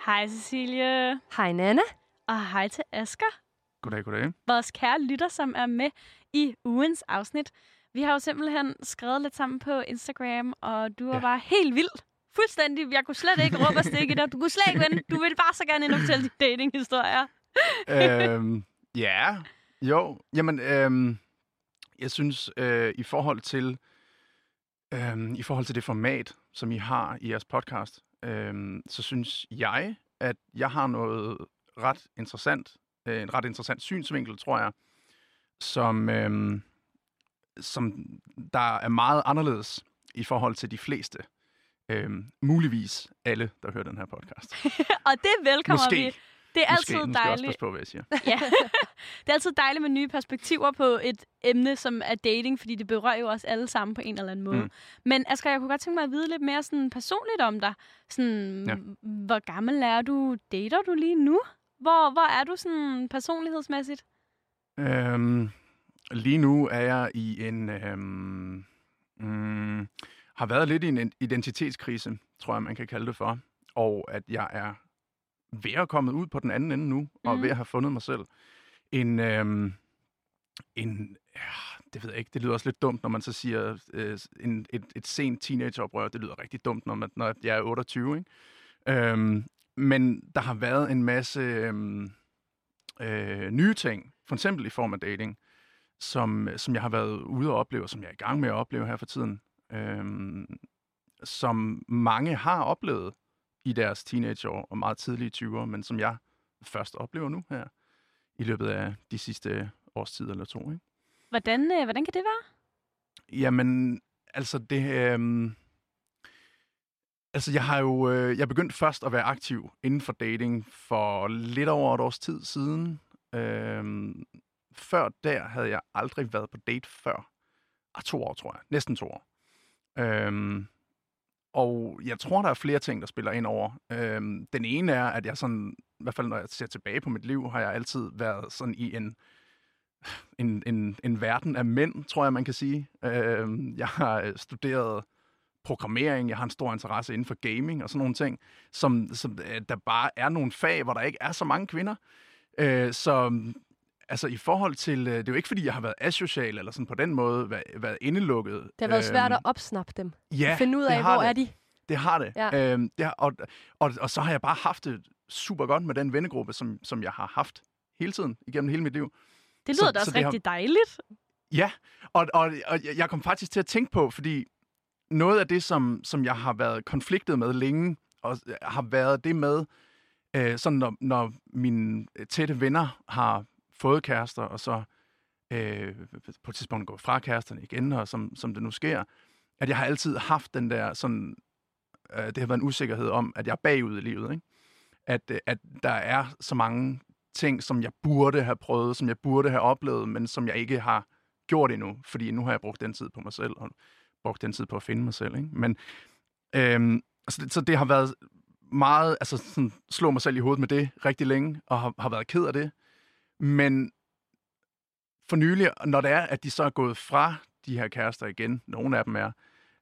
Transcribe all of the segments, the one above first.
Hej Cecilie. Hej Nana. Og hej til Asger. Goddag. Vores kære lytter, som er med i ugens afsnit. Vi har jo simpelthen skrevet lidt sammen på Instagram, og du var bare helt vild. Fuldstændig. Jeg kunne slet ikke råbe og stikke dig. Du kunne slet ikke vente. Du ville bare så gerne ind og fortælle dine datinghistorier. Ja. Jo. Jamen, jeg synes, i forhold til det format, som I har i jeres podcast, så synes jeg, at jeg har noget ret interessant, en ret interessant synsvinkel, tror jeg, som der er meget anderledes i forhold til de fleste. Muligvis alle, der hører den her podcast. Og det velkommer vi. Det er altid dejligt. dejligt. Også passe på, hvad jeg siger. Ja. Det er altid dejligt med nye perspektiver på et emne, som er dating, fordi det berører jo os alle sammen på en eller anden måde. Men Asger, jeg kunne godt tænke mig at vide lidt mere sådan personligt om dig. Sådan, hvor gammel er du? Dater du lige nu? Hvor er du sådan personlighedsmæssigt? Lige nu er jeg i en... har været lidt i en identitetskrise, tror jeg, man kan kalde det for. Og at jeg er ved at komme ud på den anden ende nu, og ved at have fundet mig selv. Det ved jeg ikke, det lyder også lidt dumt, når man så siger et sent teenageoprør. Det lyder rigtig dumt, når jeg er 28, ikke? Men der har været en masse nye ting, for eksempel i form af dating, som jeg har været ude at opleve, og som jeg er i gang med at opleve her for tiden. Som mange har oplevet i deres teenageår og meget tidlige 20'ere, men som jeg først oplever nu her i løbet af de sidste års tid eller to. Ikke? Hvordan kan det være? Jamen, altså det... jeg begyndte først at være aktiv inden for dating for lidt over et års tid siden. Før der havde jeg aldrig været på date før. 2 år, tror jeg. Næsten 2 år. Og jeg tror, der er flere ting, der spiller ind over. Den ene er, at jeg sådan, i hvert fald når jeg ser tilbage på mit liv, har jeg altid været sådan i en verden af mænd, tror jeg, man kan sige. Jeg har studeret programmering, jeg har en stor interesse inden for gaming og sådan nogle ting, som der bare er nogle fag, hvor der ikke er så mange kvinder. Altså i forhold til, det er jo ikke fordi, jeg har været asocial eller sådan på den måde, været indelukket. Det har været svært at opsnappe dem. Ja, finde ud af, hvor er de. Det har det. Ja. Og så har jeg bare haft det super godt med den vennegruppe, som jeg har haft hele tiden, igennem hele mit liv. Det lyder da også rigtig dejligt. Ja, og jeg kom faktisk til at tænke på, fordi noget af det, som jeg har været konfliktet med længe, og har været det med, sådan når mine tætte venner har fået kærester, og så på et tidspunkt går fra kæresterne igen, og som det nu sker, at jeg har altid haft den der sådan, det har været en usikkerhed om, at jeg er bagud i livet, ikke? At der er så mange ting, som jeg burde have prøvet, som jeg burde have oplevet, men som jeg ikke har gjort endnu, fordi nu har jeg brugt den tid på mig selv, og brugt den tid på at finde mig selv, ikke? Men så det har været meget, altså sådan, slå mig selv i hovedet med det rigtig længe, og har været ked af det. Men for nylig, når det er, at de så er gået fra de her kærester igen, nogle af dem er,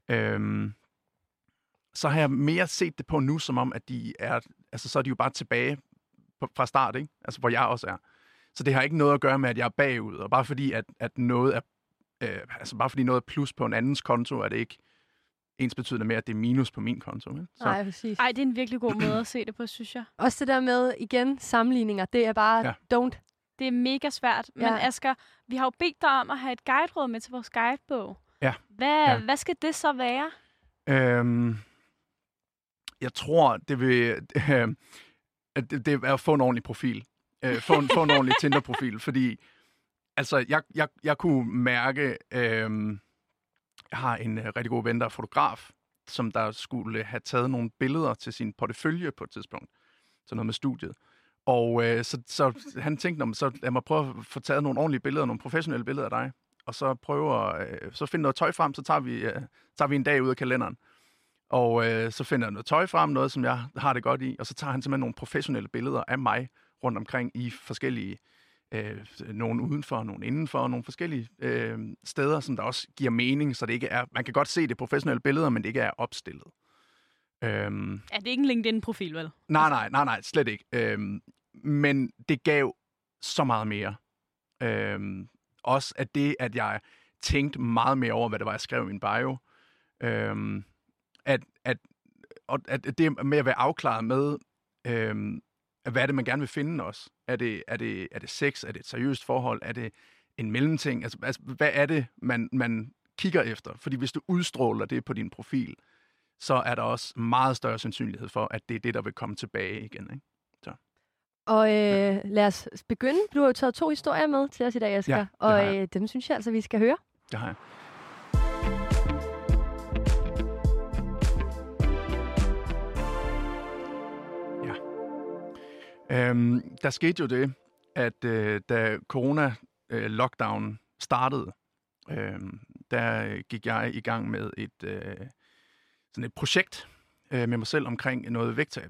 så har jeg mere set det på nu, som om, at de er, altså så er de jo bare tilbage fra start, ikke? Altså hvor jeg også er. Så det har ikke noget at gøre med, at jeg er bagud, og bare fordi, at noget er, bare fordi noget er plus på en andens konto, er det ikke ensbetydende med, at det er minus på min konto. Nej, præcis. Ej, det er en virkelig god måde at se det på, synes jeg. Også det der med, igen, sammenligninger, det er bare don't. Det er mega svært. Men Asger, vi har jo bedt dig om at have et guideråd med til vores guidebog. Ja. Hvad skal det så være? Jeg tror, det er at få en ordentlig profil. Få en ordentlig Tinder-profil, fordi altså, jeg kunne mærke, jeg har en rigtig god ven, der er fotograf, som der skulle have taget nogle billeder til sin portefølje på et tidspunkt. Så noget med studiet. Og så han tænkte, så lad mig prøve at få taget nogle ordentlige billeder, nogle professionelle billeder af dig, og så så finde noget tøj frem, så tager vi en dag ud af kalenderen. Og så finder jeg noget tøj frem, noget som jeg har det godt i, og så tager han simpelthen nogle professionelle billeder af mig rundt omkring i forskellige, nogle udenfor, nogle indenfor, nogle forskellige steder, som der også giver mening, så det ikke er, man kan godt se det professionelle billeder, men det ikke er opstillet. Er det ikke en LinkedIn-profil, vel? Nej, slet ikke. Men det gav så meget mere. Også at det, at jeg tænkte meget mere over, hvad det var, jeg skrev i min bio. At det med at være afklaret med, hvad er det, man gerne vil finde også? Er det sex? Er det et seriøst forhold? Er det en mellemting? Altså hvad er det, man kigger efter? Fordi hvis du udstråler det på din profil, så er der også meget større sandsynlighed for, at det er det, der vil komme tilbage igen, ikke? Så. Og lad os begynde. Du har jo taget 2 historier med til os i dag, Asger. Ja, og dem synes jeg altså, vi skal høre. Det har jeg. Der skete jo det, at da corona-lockdown startede, der gik jeg i gang med sådan et projekt med mig selv omkring noget vægttab.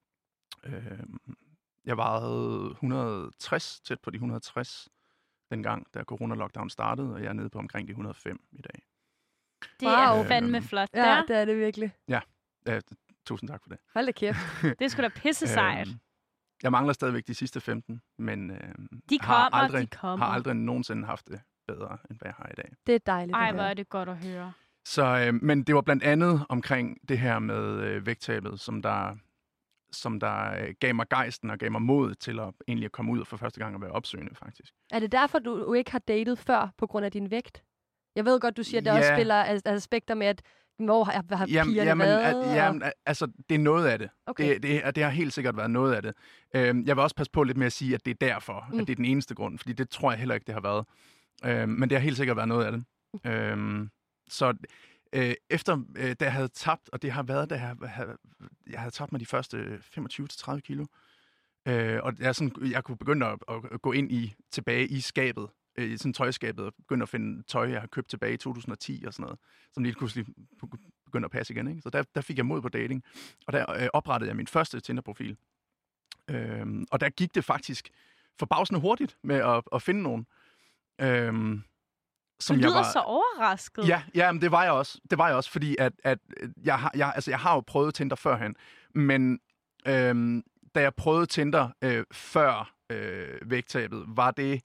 Jeg vejede 160, tæt på de 160 dengang, da corona-lockdown startede, og jeg er nede på omkring de 105 i dag. Det er fandme flot. Ja, det er det virkelig. Ja, tusind tak for det. Hold da kæft. Det er sgu da pisse sejt. Jeg mangler stadigvæk de sidste 15, men de har aldrig nogensinde haft det bedre, end hvad jeg har i dag. Det er dejligt. Ej, hvor er det godt at høre. Så, men det var blandt andet omkring det her med vægttabet, som der gav mig gejsten og gav mig mod til at egentlig komme ud og for første gang at være opsøgende, faktisk. Er det derfor, du ikke har datet før, på grund af din vægt? Jeg ved godt, du siger, at det også spiller aspekter med, at hvor har pigerne været? Jamen, altså, det er noget af det. Okay. Det har helt sikkert været noget af det. Jeg vil også passe på lidt med at sige, at det er derfor, at det er den eneste grund, fordi det tror jeg heller ikke, det har været. Men det har helt sikkert været noget af det. Så efter, da jeg havde tabt, og det har været, da jeg havde tabt mig de første 25-30 kilo, og jeg kunne begynde at gå ind tilbage i skabet, i sådan tøjskabet, og begynde at finde tøj, jeg har købt tilbage i 2010 og sådan noget, som lige pludselig begyndte at passe igen. Ikke? Så der fik jeg mod på dating, og der oprettede jeg min første Tinder-profil. Og der gik det faktisk forbavsende hurtigt med at finde nogen. Som du lyder så overrasket. Ja, men det var jeg også. Det var jeg også, fordi at jeg har jo prøvet Tinder førhen, men da jeg prøvede Tinder før vægttabet, var det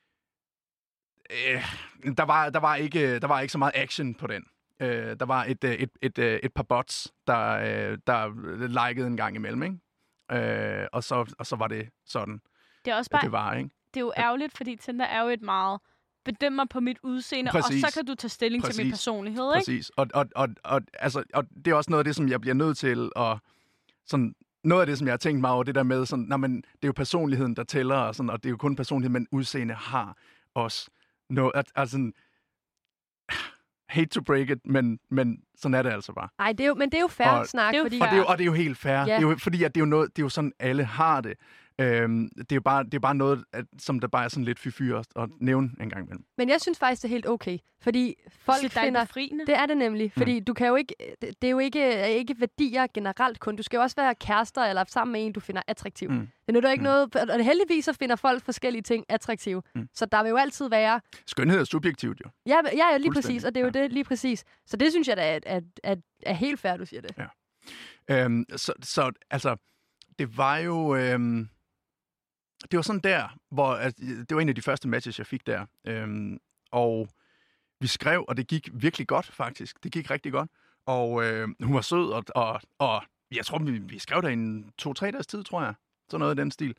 der var ikke så meget action på den. Der var et par bots, der likede en gang imellem, ikke? Og så var det sådan. Det er også bare, det var, ikke? Det er jo ærgerligt, fordi Tinder er jo et meget bedømmer på mit udseende, præcis. Og så kan du tage stilling til min personlighed, ikke? Præcis. Og det er også noget af det, som jeg bliver nødt til at sådan. Noget af det, som jeg har tænkt mig over, det der med sådan, men det er jo personligheden, der tæller, og det er jo kun personligheden, men udseende har også noget, altså hate to break it, men sådan er det altså bare. Nej, det er jo fair snak, fordi og det er jo helt fair. Yeah. Det er jo, fordi at det er jo sådan alle har det. Det er bare noget, som der bare er sådan lidt fyr at nævne en gang imellem. Men jeg synes faktisk, det er helt okay, fordi folk finder... Det er det nemlig, fordi du kan jo ikke... Det er jo ikke værdier generelt kun. Du skal jo også være kærester eller sammen med en, du finder attraktiv. Det nytter ikke noget... Og heldigvis så finder folk forskellige ting attraktive. Så der vil jo altid være... Skønhed er subjektivt jo. Ja, lige præcis. Og det er jo det lige præcis. Så det synes jeg da er helt fair, du siger det. Ja. Så altså, det var jo... Det var sådan der, hvor det var en af de første matches, jeg fik der. Og vi skrev, og det gik virkelig godt, faktisk. Det gik rigtig godt. Og hun var sød, og jeg tror, vi skrev der i en 2-3 dages tid, tror jeg. Sådan noget i den stil.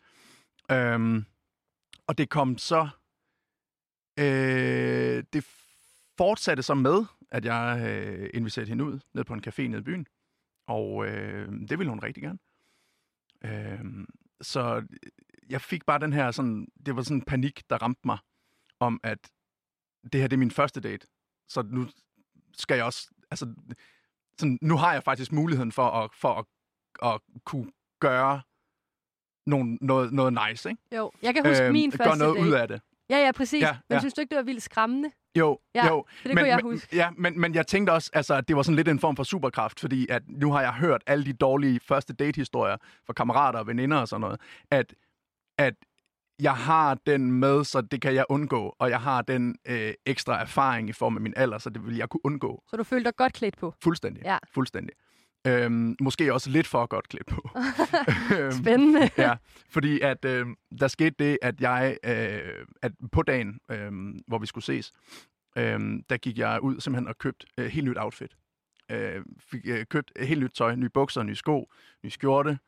Og det kom så... det fortsatte så med, at jeg inviterede hende ud ned på en café nede i byen. Og det ville hun rigtig gerne. Så jeg fik bare den her sådan, det var sådan en panik, der ramte mig, om at det her, det er min første date. Så nu skal jeg også, altså, sådan, nu har jeg faktisk muligheden for at kunne gøre noget nice, ikke? Jo, jeg kan huske min første date. Gøre noget ud af det. Ja, præcis. Ja, men synes du ikke, det var vildt skræmmende? Jo. Det kunne jeg huske. Ja, men jeg tænkte også, altså, at det var sådan lidt en form for superkraft, fordi at nu har jeg hørt alle de dårlige første date-historier fra kammerater og veninder og sådan noget, at jeg har den med, så det kan jeg undgå, og jeg har den ekstra erfaring i form af min alder, så det vil jeg kunne undgå. Så du følte dig godt klædt på? Fuldstændig. Ja. Fuldstændig. Måske også lidt for godt klædt på. Spændende. Ja, fordi at der skete det, at jeg at på dagen, hvor vi skulle ses, der gik jeg ud simpelthen og købte helt nyt outfit. Fik købt helt nyt tøj, nye bukser, nye sko, ny skjorte,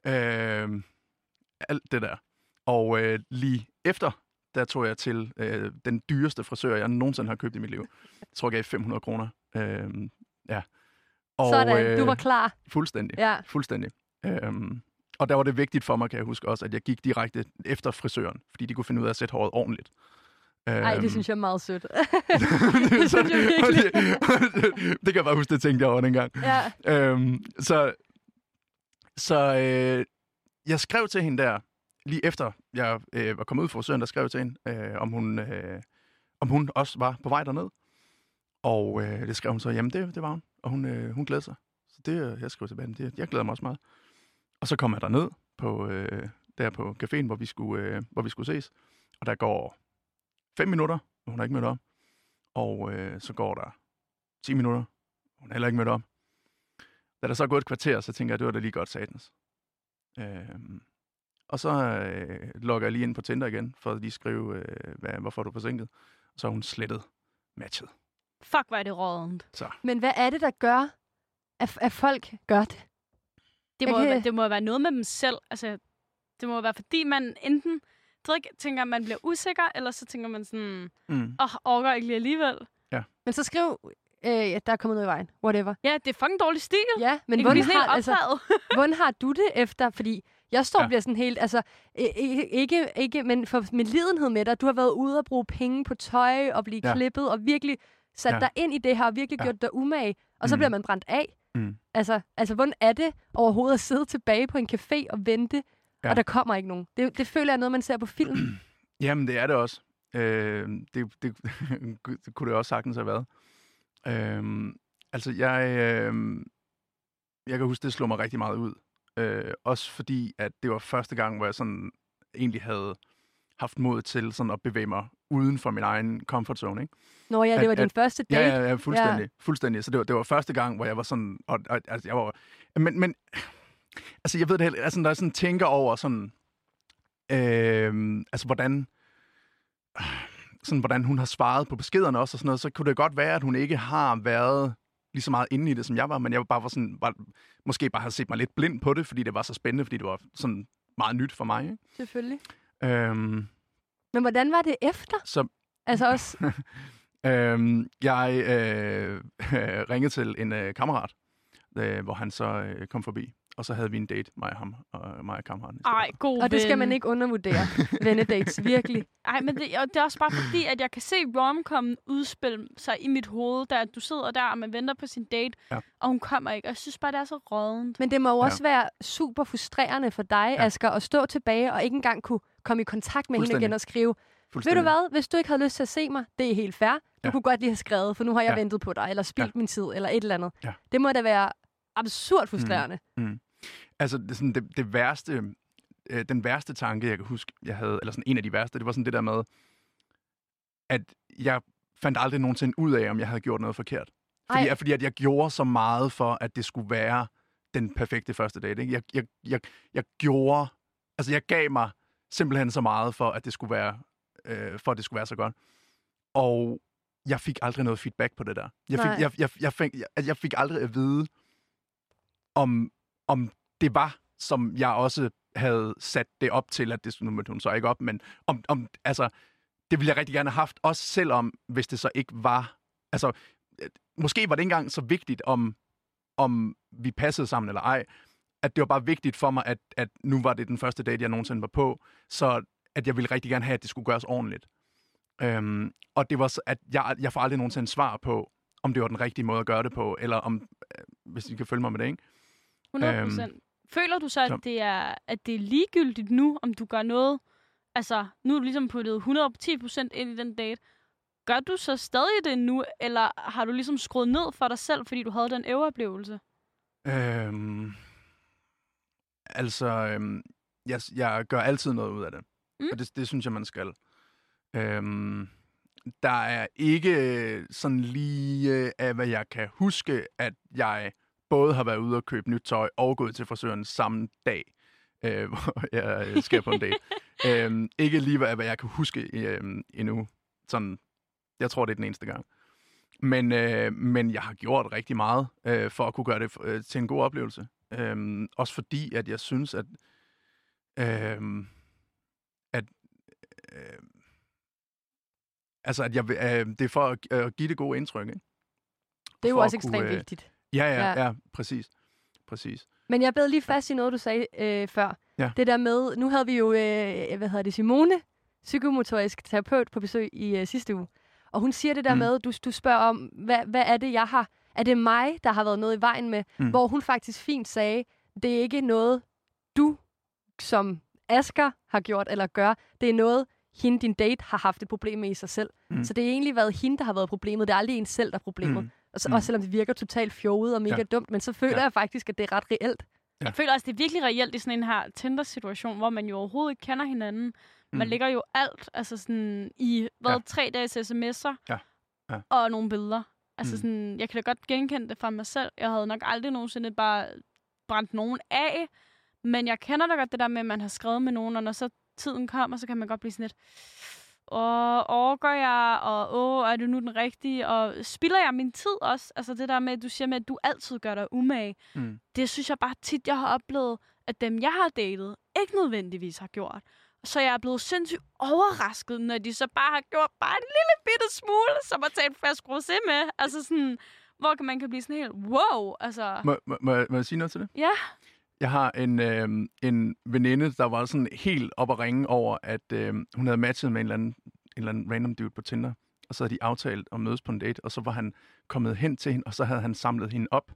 alt det der. Og lige efter, der tog jeg til den dyreste frisør, jeg nogensinde har købt i mit liv. Jeg tror, jeg gav 500 kroner. Ja. Og, sådan, du var klar. Fuldstændig. Ja. Fuldstændig. Og der var det vigtigt for mig, kan jeg huske også, at jeg gik direkte efter frisøren, fordi de kunne finde ud af at sætte håret ordentligt. Ej, det synes jeg er meget sødt. Det synes jeg virkelig. Det kan jeg bare huske, det tænkte jeg over dengang. Ja. Så jeg skrev til hende der, lige efter jeg var kommet ud fra frisøren, der skrev jeg til hende, om hun også var på vej derned. Og det skrev hun så, jamen det var hun. Og hun glæder sig. Så det, jeg skrev tilbage, jeg glæder mig også meget. Og så kom jeg derned der på caféen, hvor vi skulle ses. Og der går 5 minutter, og hun har ikke mødt op. Og så går der 10 minutter, og hun har heller ikke mødt op. Da der så er gået et kvarter, så tænker jeg, det var da lige godt satans. Og så logger jeg lige ind på Tinder igen, for at lige skrive, hvorfor du er forsinket. Og så har hun slettet matchet. Fuck, hvor er det rådent. Men hvad er det, der gør, at folk gør det? Det må være noget med dem selv. Altså, det må være, fordi man enten tænker, at man bliver usikker, eller så tænker man sådan, orker ikke lige alligevel. Ja. Men så skriv, der er kommet noget i vejen. Whatever. Ja, det er fucking dårlig stil. Ja, men hvordan har du det efter? Fordi jeg står og bliver sådan helt, altså, ikke, men for med lidenhed med dig. Du har været ude og bruge penge på tøj og blive klippet og virkelig sat dig ind i det her og virkelig gjort dig umage. Og så bliver man brændt af. Altså, hvordan er det overhovedet at sidde tilbage på en café og vente, og der kommer ikke nogen? Det føler jeg noget, man ser på film. Jamen, det er det også. Det kunne det også sagtens have været. Altså, jeg kan huske, det slog mig rigtig meget ud. Også fordi, at det var første gang, hvor jeg sådan egentlig havde haft mod til sådan at bevæge mig uden for min egen comfort zone, ikke? Nå ja, det var din første date. Ja, fuldstændig. Så det var første gang, hvor jeg var sådan, altså jeg var, men altså jeg ved det heller, altså når jeg sådan tænker over sådan, altså hvordan hun har svaret på beskederne også og sådan noget, så kunne det godt være, at hun ikke har været lige så meget inde i det, som jeg var, men jeg måske bare have set mig lidt blind på det, fordi det var så spændende, fordi det var sådan meget nyt for mig, ikke? Selvfølgelig. Men hvordan var det efter? Altså også... Jeg ringede til en kammerat, hvor han så kom forbi. Og så havde vi en date, mig og kammeraten. Ej, god ven. Og det skal man ikke undervurdere. Vennedates, virkelig. Ej, men det er også bare fordi, at jeg kan se romcomen udspille sig i mit hoved, da du sidder der, og man venter på sin date, og hun kommer ikke. Og jeg synes bare, det er så rådent. Men det må jo også være super frustrerende for dig, Asger, at stå tilbage og ikke engang kunne komme i kontakt med hende igen og skrive, ved du hvad, hvis du ikke havde lyst til at se mig, det er helt fair. Du kunne godt lige have skrevet, for nu har jeg ventet på dig, eller spildt min tid, eller et eller andet. Ja. Det må da være absurd frustrerende. Altså, det værste, den værste tanke, jeg kan huske, jeg havde, eller sådan en af de værste, det var sådan det der med, at jeg fandt aldrig nogensinde ud af, om jeg havde gjort noget forkert. Fordi at jeg gjorde så meget for, at det skulle være den perfekte første date. Ikke? Jeg gjorde, altså jeg gav mig simpelthen så meget for, at det skulle være, så godt. Og jeg fik aldrig noget feedback på det der. Jeg fik aldrig at vide, om det var, som jeg også havde sat det op til, at det nu mødte hun så ikke op, men altså, det ville jeg rigtig gerne have haft, også selvom, hvis det så ikke var, altså, måske var det ikke engang så vigtigt, om vi passede sammen eller ej, at det var bare vigtigt for mig, at nu var det den første date, jeg nogensinde var på, så at jeg ville rigtig gerne have, at det skulle gøres ordentligt. Og det var, at jeg får aldrig nogensinde svar på, om det var den rigtige måde at gøre det på, eller om, hvis I kan følge mig med det, ikke? 100%. Føler du så, at det er ligegyldigt nu, om du gør noget? Altså, nu er du ligesom puttet 110% ind i den date. Gør du så stadig det nu, eller har du ligesom skruet ned for dig selv, fordi du havde den øveoplevelse? Jeg gør altid noget ud af det. Og det synes jeg, man skal. Der er ikke sådan lige af, hvad jeg kan huske, at jeg både har været ude og købe nyt tøj og gået til frisøren samme dag, hvor jeg skal på en date. Ikke lige, hvad jeg kan huske endnu. Sådan, jeg tror, det er den eneste gang. Men jeg har gjort rigtig meget for at kunne gøre det til en god oplevelse. Også fordi, at jeg synes, at det er for at give det gode indtryk, ikke? Det er jo også ekstremt vigtigt. Ja, præcis. Men jeg bed lige fast i noget, du sagde før. Ja. Det der med, nu havde vi jo, Simone, psykomotorisk terapeut, på besøg i sidste uge. Og hun siger det der med, du spørger om, hvad er det, jeg har? Er det mig, der har været noget i vejen med? Hvor hun faktisk fint sagde, det er ikke noget, du som Asger har gjort eller gør. Det er noget, hende, din date, har haft et problem med i sig selv. Så det er egentlig været hende, der har været problemet. Det er aldrig en selv, der er problemet. Også selvom det virker totalt fjollet og mega dumt, men så føler jeg faktisk, at det er ret reelt. Ja. Jeg føler også, det er virkelig reelt i sådan en her Tinder-situation, hvor man jo overhovedet ikke kender hinanden. Man lægger jo alt, altså sådan i 3 dages sms'er og nogle billeder. Altså sådan, jeg kan da godt genkende det fra mig selv. Jeg havde nok aldrig nogensinde bare brændt nogen af, men jeg kender da godt det der med, at man har skrevet med nogen, og når så tiden kommer, så kan man godt blive sådan lidt, overgår jeg, og er det nu den rigtige, og spilder jeg min tid også? Altså det der med, at du siger med, at du altid gør dig umage. Det synes jeg bare tit, jeg har oplevet, at dem, jeg har datet, ikke nødvendigvis har gjort. Så jeg er blevet sindssygt overrasket, når de så bare har gjort bare en lille bitte smule, som at tage en flaske rosé med. Altså sådan, hvor man kan blive sådan helt, wow. Altså. Må jeg sige noget til det? Ja. Jeg har en veninde, der var sådan helt op at ringe over, at hun havde matchet med en eller anden random dude på Tinder. Og så havde de aftalt at mødes på en date, og så var han kommet hen til hende, og så havde han samlet hende op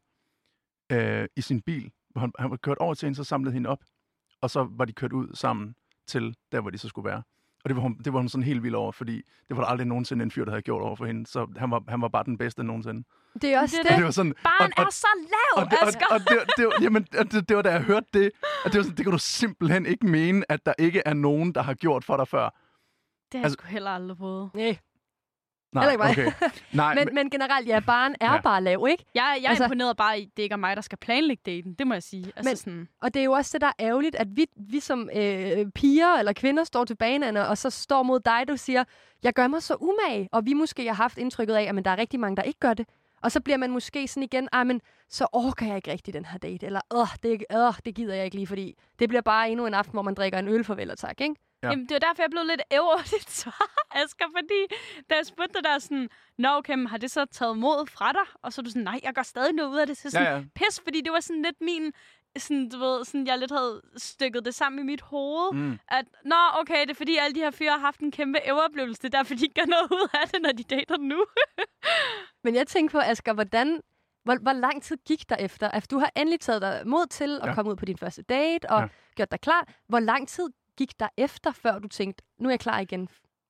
i sin bil. Han var kørt over til hende, så samlede hende op, og så var de kørt ud sammen til der, hvor de så skulle være. Og det var hun sådan helt vild over, fordi det var der aldrig nogensinde en fyr, der havde gjort over for hende. Så han var bare den bedste nogensinde. Det er også det. Det var sådan, barn er så lav, Asger! Det var da jeg hørte det, og det var sådan, det kan du simpelthen ikke mene, at der ikke er nogen, der har gjort for dig før. Det har jeg sgu heller aldrig prøvet. Nej, okay. Nej, men generelt, barn er bare lav, ikke? Jeg er imponeret bare i, det ikke er mig, der skal planlægge daten. Det må jeg sige. Altså, sådan. Og det er jo også det, der er ærgerligt, at vi som piger eller kvinder står til banerne, og så står mod dig, du siger, jeg gør mig så umage, og vi måske har haft indtrykket af, at der er rigtig mange, der ikke gør det. Og så bliver man måske sådan igen, men så orker jeg ikke rigtig den her date, eller det gider jeg ikke lige, fordi det bliver bare endnu en aften, hvor man drikker en øl farvel og tak, ikke? Ja. Jamen, det var derfor, jeg blev lidt over dit svar, Asger, fordi da jeg spurgte dig der sådan, okay, har det så taget mod fra dig? Og så er du sådan, nej, jeg gør stadig noget ud af det. Så sådan, pis, fordi det var sådan lidt min, sådan, du ved, sådan, jeg lidt havde stykket det sammen i mit hoved, at, okay, det er fordi alle de her fyre har haft en kæmpe oplevelse, det er derfor, de ikke gør noget ud af det, når de dater nu. Men jeg tænker på, Asger, hvor lang tid gik der efter? Altså, du har endelig taget dig mod til at komme ud på din første date, og gjort dig klar. Hvor lang tid gik der efter, før du tænkte, nu er jeg klar igen?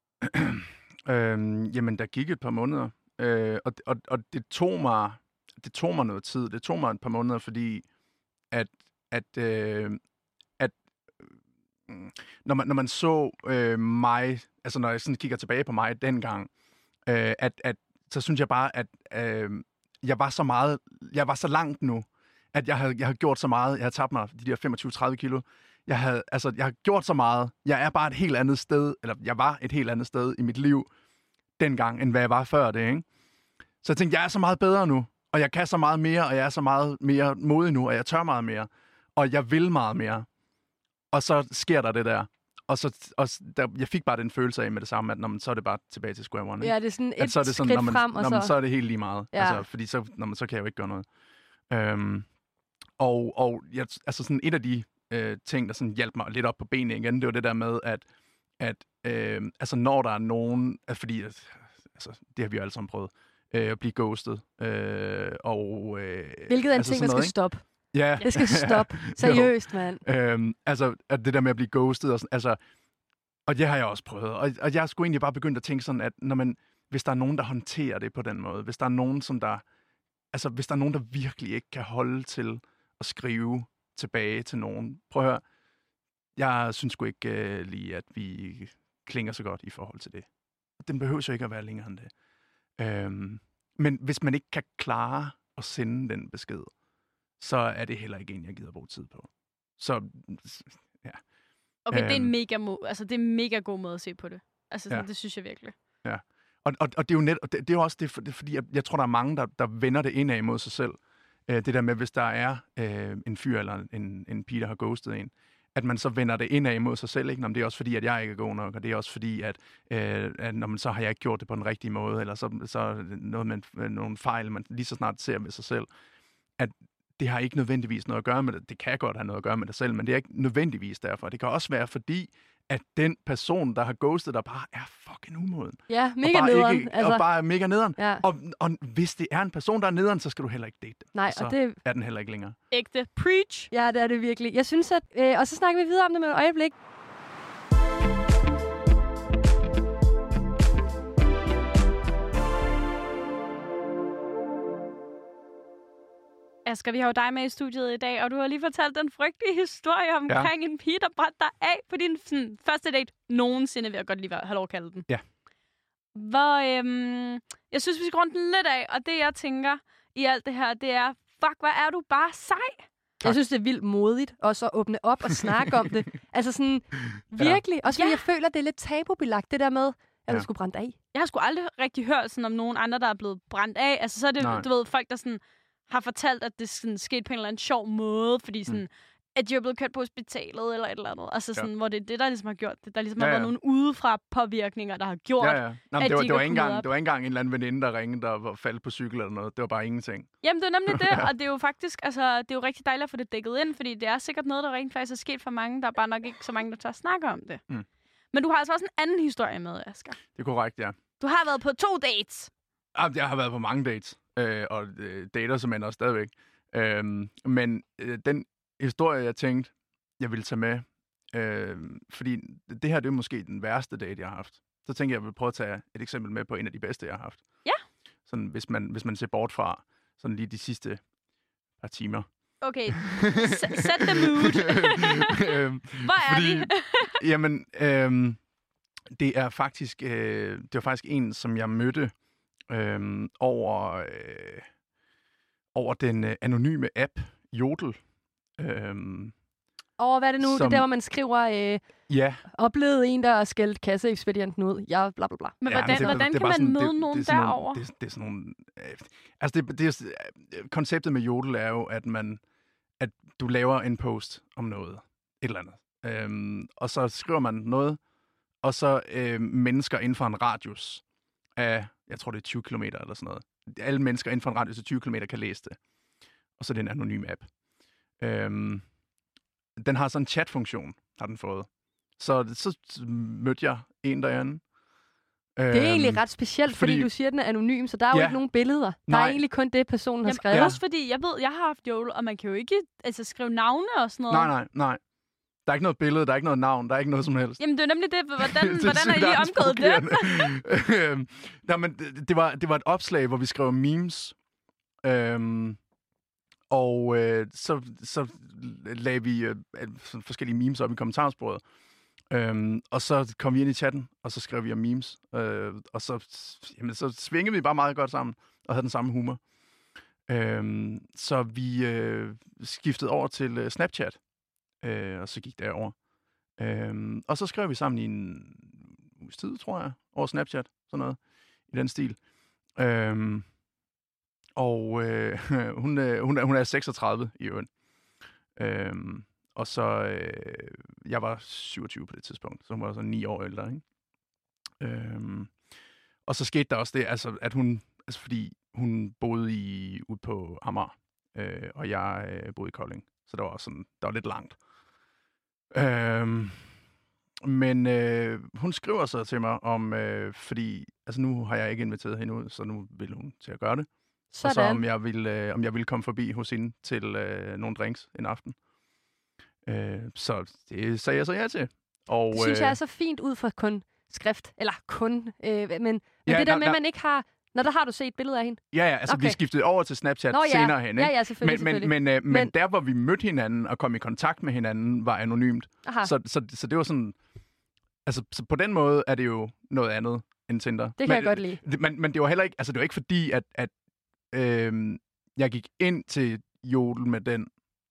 Jamen, der gik et par måneder. Og det tog mig noget tid. Det tog mig et par måneder, fordi når man så mig, altså når jeg sådan kigger tilbage på mig dengang, så synes jeg bare, at jeg var så langt nu, at jeg havde gjort så meget. Jeg havde tabt mig de der 25-30 kilo. Jeg har gjort så meget. Jeg er bare et helt andet sted, eller jeg var et helt andet sted i mit liv dengang, end hvad jeg var før det, ikke? Så jeg tænkte, jeg er så meget bedre nu, og jeg kan så meget mere, og jeg er så meget mere modig nu, og jeg tør meget mere, og jeg vil meget mere. Og så sker der det der. Jeg fik bare den følelse af med det samme, at så er det bare tilbage til square one. Ikke? Ja, det er sådan et skridt frem, og så... så er det helt lige meget. Ja. Altså, fordi så kan jeg jo ikke gøre noget. Sådan et af de ting, der sådan hjalp mig lidt op på benene igen, det var det der med, at når der er nogen... Fordi det har vi jo alle sammen prøvet. At blive ghostet. Hvilket er en ting, der skal stoppe. Ja. Det skal stoppe. Seriøst, mand. At det der med at blive ghostet, og det har jeg også prøvet. Og jeg skulle egentlig bare begyndt at tænke sådan, at hvis der er nogen, der håndterer det på den måde, hvis der er nogen, hvis der er nogen, der virkelig ikke kan holde til at skrive tilbage til nogen. Prøv at høre. Jeg synes sgu ikke lige, at vi klinger så godt i forhold til det. Den behøver jo ikke at være længere end det. Men hvis man ikke kan klare at sende den besked, så er det heller ikke en, jeg gider bruge tid på. Så, ja. Okay, det er en mega god måde at se på det. Altså, sådan, det synes jeg virkelig. Ja. Og det er jo det er jo også det, fordi jeg tror, der er mange, der vender det indad imod sig selv. Det der med, hvis der er en fyr eller en pige, der har ghostet en, at man så vender det indad imod sig selv. Ikke? Nå, det er også fordi, at jeg ikke er god nok, og det er også fordi, at når man så har jeg ikke gjort det på den rigtige måde, eller så noget med nogle fejl, man lige så snart ser ved sig selv. At det har ikke nødvendigvis noget at gøre med det. Det kan godt have noget at gøre med det selv, men det er ikke nødvendigvis derfor. Det kan også være fordi, at den person, der har ghostet dig, bare er fucking umoden. Ja, mega nederen. Og bare er mega nederen. Ja. Og hvis det er en person, der er nederen, så skal du heller ikke date dem. Nej, så og det er den heller ikke længere. Ægte. Preach! Ja, det er det virkelig. Jeg synes, at... og så snakker vi videre om det med et øjeblik. Asger, vi har jo dig med i studiet i dag, og du har lige fortalt den frygtelige historie omkring en pige, der brændte dig af på din første date nogensinde, vil jeg godt lige have lov at kalde den. Ja. Hvor, jeg synes, vi skal runde den lidt af, og det jeg tænker i alt det her, det er, fuck, hvor er du bare sej. Tak. Jeg synes, det er vildt modigt også at åbne op og snakke om det. Altså sådan, virkelig. Også fordi jeg føler, det er lidt tabubelagt, det der med, at du skulle brænde af. Jeg har sgu aldrig rigtig hørt sådan om nogen andre, der er blevet brændt af. Altså så er det, du ved, folk, der sådan har fortalt, at det sådan skete på en eller anden sjov måde, fordi sådan, at de er blevet kørt på hospitalet eller et eller andet. Altså sådan, hvor det er det, der ligesom har gjort det. Der ligesom har været nogle udefra påvirkninger, der har gjort, Nå, at det var de ikke engang en eller anden veninde, der ringede, der var faldet på cykel eller noget. Det var bare ingenting. Jamen, det er nemlig det, og det er jo faktisk, altså, det er jo rigtig dejligt at få det dækket ind, fordi det er sikkert noget, der rent faktisk er sket for mange. Der er bare nok ikke så mange, der tør snakke om det. Men du har altså også en anden historie med, Asger. Det er korrekt, ja. Du har været på 2 dates. Jeg har været på mange dates, og dater som ender stadigvæk. Men den historie, jeg tænkte, jeg ville tage med, fordi det her, det er måske den værste date, jeg har haft. Så tænkte jeg vil prøve at tage et eksempel med på en af de bedste, jeg har haft. Ja. Sådan, hvis man ser bort fra sådan lige de sidste par timer. Okay, set the mood. Hvor er de? Jamen, det var faktisk en, som jeg mødte over den anonyme app Jodel. Hvad er det nu? Det er der, hvor man skriver, oplevede en, der skældte kasseekspedienten ud. Ja, bla bla bla. Men hvordan kan man møde nogen derovre? Det er sådan nogle... konceptet med Jodel er jo, at du laver en post om noget. Et eller andet. Og så skriver man noget, og så mennesker inden for en radius af, jeg tror det er 20 kilometer eller sådan noget. Alle mennesker inden for en radius af 20 kilometer kan læse det. Og så er det en anonym app. Den har sådan en chat-funktion, har den fået. Så mødte jeg en derinde. Det er egentlig ret specielt, fordi du siger, at den er anonym, så der er jo ikke nogen billeder. Der er egentlig kun det, personen har skrevet. Også fordi, jeg har haft Jodel, og man kan jo ikke skrive navne og sådan noget. Nej. Der er ikke noget billede, der er ikke noget navn, der er ikke noget som helst. Jamen, det er nemlig det. Hvordan er I lige omgået det? Men det var et opslag, hvor vi skrev memes. Så lagde vi forskellige memes op i kommentarsporet. Og så kom vi ind i chatten, og så skrev vi om memes. Og så svingede vi bare meget godt sammen, og havde den samme humor. Så vi skiftede over til Snapchat. Og så gik det over. Og så skrev vi sammen i en uges tid, tror jeg, over Snapchat. Sådan noget i den stil. Hun er 36 i øvrigt. Og så, jeg var 27 på det tidspunkt, så hun var så 9 år ældre, ikke? Og så skete der også det, altså, at fordi hun boede ude på Amager, og jeg boede i Kolding, så der var lidt langt. Men hun skriver så til mig om, fordi altså nu har jeg ikke inviteret hende ud, så nu vil hun til at gøre det. Sådan. Og så om jeg ville komme forbi hos hende til nogle drinks en aften. Så det sagde jeg så ja til. Og, det synes jeg er så fint ud for kun skrift. Eller kun, men det der med, at man ikke har... Nå, der har du set billeder af hende? Ja, altså vi skiftede over til Snapchat senere hen. Ikke? Ja, selvfølgelig. Men der, hvor vi mødte hinanden og kom i kontakt med hinanden, var anonymt. Så det var sådan... Altså, så på den måde er det jo noget andet end Tinder. Det kan jeg godt lide. Men det var heller ikke... Altså, det var ikke fordi, at jeg gik ind til jodel med den...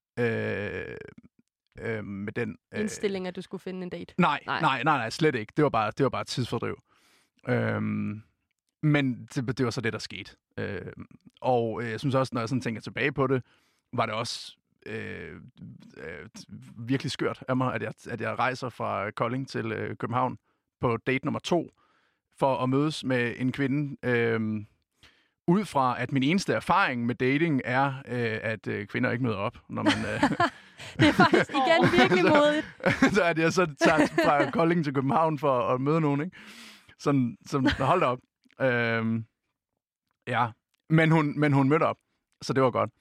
med den indstilling, at du skulle finde en date. Nej, slet ikke. Det var bare et tidsfordriv. Men det var så det, der skete. Og jeg synes også, når jeg sådan tænker tilbage på det, var det også virkelig skørt af mig, at jeg rejser fra Kolding til København på date nummer 2, for at mødes med en kvinde, ud fra, at min eneste erfaring med dating er, at kvinder ikke møder op, når man... Det er faktisk igen virkelig modigt. Så at jeg så tager fra Kolding til København for at møde nogen, ikke? Sådan hold da op. Ja, men hun mødte op, så det var godt.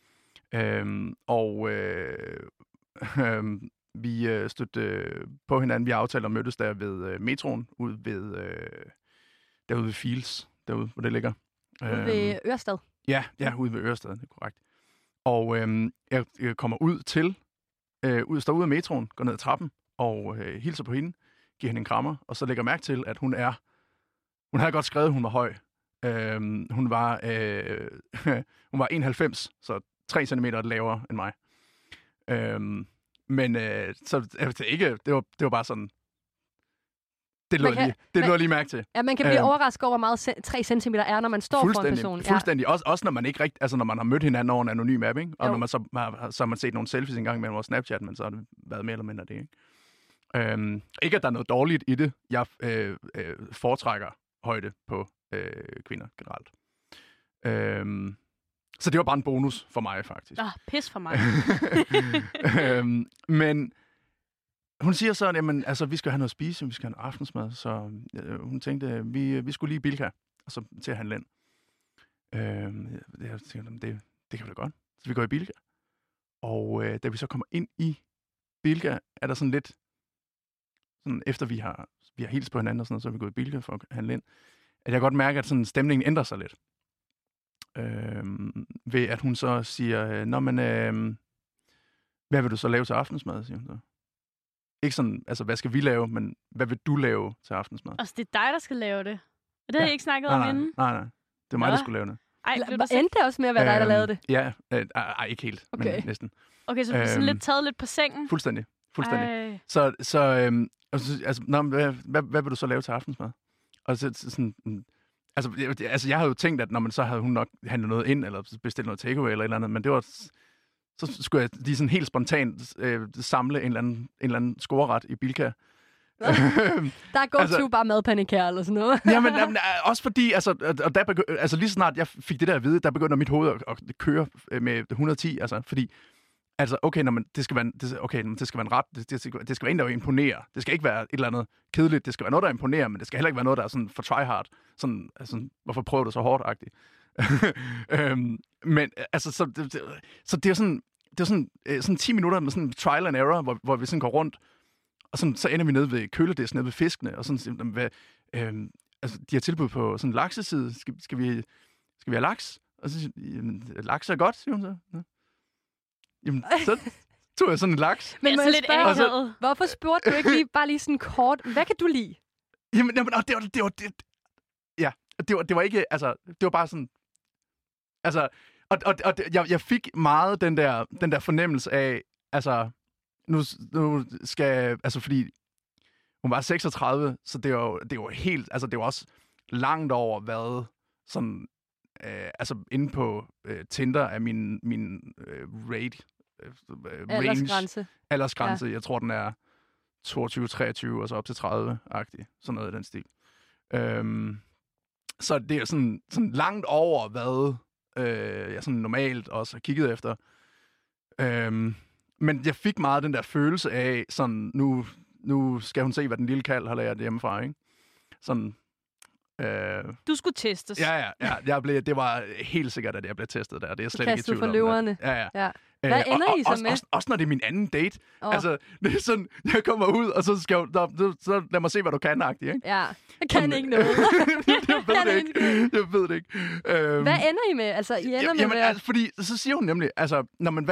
Vi stødte på hinanden. Vi aftalte at mødes der ved metroen, derude ved Fields, derude, hvor det ligger. Ude ved Ørestad? Ja, ude ved Ørestad, det er korrekt. Og jeg kommer står ud af metroen, går ned ad trappen, og hilser på hende, giver hende en krammer, og så lægger mærke til, at hun havde godt skrevet, hun var høj. Hun var 91, så 3 centimeter lavere end mig. Så det var bare sådan... Det lå lige mærke til. Ja, man kan blive overrasket over, hvor meget 3 centimeter er, når man står for en person. Fuldstændig. Også når man ikke rigtig... Altså, når man har mødt hinanden over en anonym app, ikke? Og når man så har man set nogle selfies engang med vores Snapchat, men så har det været mere eller mindre det, ikke? Ikke, at der er noget dårligt i det. Jeg foretrækker højde på kvinder generelt. Så det var bare en bonus for mig, faktisk. Pis for mig. Men hun siger så, jamen, altså, vi skal have noget at spise, vi skal have noget aftensmad, så hun tænkte, vi skulle lige i Bilka, og så til at handle ind. Jeg tænkte, det kan vi da godt. Så vi går i Bilka. Og da vi så kommer ind i Bilka, er der sådan lidt, sådan, efter vi har hilst på hinanden og sådan noget, så er vi gået i Bilka for at handle ind, at jeg godt mærker, at sådan, stemningen ændrer sig lidt. Ved at hun så siger, nå, men hvad vil du så lave til aftensmad, siger hun så. Ikke sådan, altså, hvad skal vi lave, men hvad vil du lave til aftensmad? Altså, det er dig, der skal lave det. Og det har jeg ikke snakket om inden. Nej. Det var mig, der skulle lave det. Endte det også med at være dig, der lavede det? Ja, ikke helt, men næsten. Okay, så du er sådan lidt taget lidt på sengen? Fuldstændig. Så altså, hvad vil du så lave til aftensmad? Og så sådan... Altså, jeg havde jo tænkt, at når man så havde hun nok handlet noget ind, eller bestilt noget takeaway eller et eller andet, men det var... Så skulle jeg lige sådan helt spontant samle en eller anden scoreret i Bilka. Der er go-to bare madpanikær eller sådan noget. jamen, også fordi, altså lige så snart jeg fik det der at vide, der begynder mit hoved at køre med 110, altså, fordi, altså, okay, det skal være en ret, det skal være en, der imponerer. Det skal ikke være et eller andet kedeligt, det skal være noget, der imponerer, men det skal heller ikke være noget, der er sådan for tryhard. Sådan, altså, hvorfor prøver du så hårdt-agtigt? Men, altså, så det er sådan, sådan 10 minutter med sådan trial and error, hvor vi sådan går rundt, og sådan, så ender vi nede ved køledisken, nede ved fiskene, og sådan, altså, de har tilbud på sådan en lakseside. Skal vi have laks? Og så siger laks er godt, siger hun så. Ja. Jamen, så tog jeg sådan en laks. Men må jeg spørge, hvorfor spurgte du ikke bare lige sådan kort, hvad kan du lide? Jamen, det var ikke, altså, det var bare sådan, altså, og jeg fik meget den der fornemmelse af, altså, nu skal, altså, fordi hun var 36, så det var helt, altså, det var også langt over, hvad sådan, altså, inde på Tinder af min aldersgrænse. Ja. Jeg tror, den er 22-23, og så op til 30-agtig. Sådan noget i den stil. Så det er sådan langt over, hvad jeg sådan normalt også har kigget efter. Men jeg fik meget den der følelse af, sådan, nu skal hun se, hvad den lille kald har lært hjemmefra, ikke? Sådan... Du skulle testes. Ja. Det var helt sikkert, at jeg blev testet der. Det er slet ikke i tvivl om. Kastet for løverne. Ja. Hvad ender I så med? Også når det er min anden date. Altså, det er sådan, jeg kommer ud, og så skal så lad mig se, hvad du kan-agtigt, ikke? Ja, jeg kan ikke noget. Jeg ved det ikke. Hvad ender I med? Altså, I ender med... Altså, fordi, så siger hun nemlig, altså,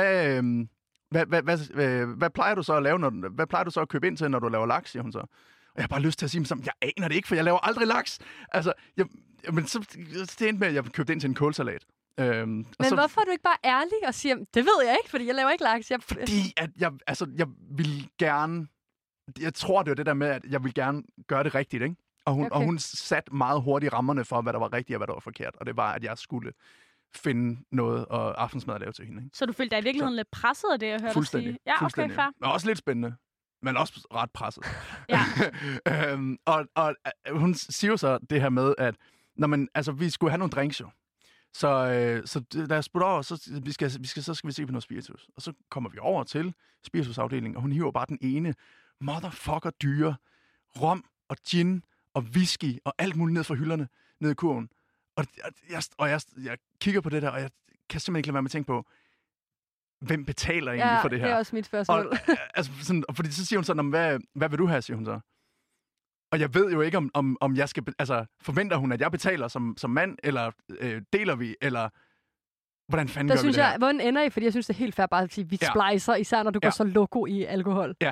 hvad plejer du så at lave, hvad plejer du så at købe ind til, når du laver laks, siger hun så. Og jeg har bare lyst til at sige som, jeg aner det ikke, for jeg laver aldrig laks. Altså, men så det endte med, at jeg købte ind til en kålsalat. Men hvorfor er du ikke bare ærlig og siger, det ved jeg ikke, fordi jeg laver ikke likes? Fordi at jeg vil gerne... Jeg tror, det var det der med, at jeg vil gerne gøre det rigtigt, ikke? Og hun satte meget hurtigt rammerne for, hvad der var rigtigt og hvad der var forkert. Og det var, at jeg skulle finde noget og aftensmad at lave til hende. Ikke? Så du følte dig i virkeligheden lidt presset af det, jeg hørte dig sige? Ja, okay, fair. Men også lidt spændende, men også ret presset. Ja. og hun siger så det her med, at vi skulle have nogle drinks jo. Så da jeg spurgte over, så skal vi se på noget spiritus. Og så kommer vi over til spiritusafdelingen, og hun hiver bare den ene motherfucker dyre rom og gin og whisky og alt muligt ned fra hylderne, ned i kurven. Og jeg kigger på det der, og jeg kan simpelthen ikke lade være med at tænke på, hvem betaler egentlig for det her? Det er også mit spørgsmål. Fordi så siger hun sådan, hvad vil du have, siger hun så. Og jeg ved jo ikke, om jeg skal... forventer hun, at jeg betaler som mand, eller deler vi, eller... Hvordan fanden gør vi det her? Hvordan ender I? Fordi jeg synes, det er helt fair bare at sige, vi splicer, især når du går så loco i alkohol. Ja.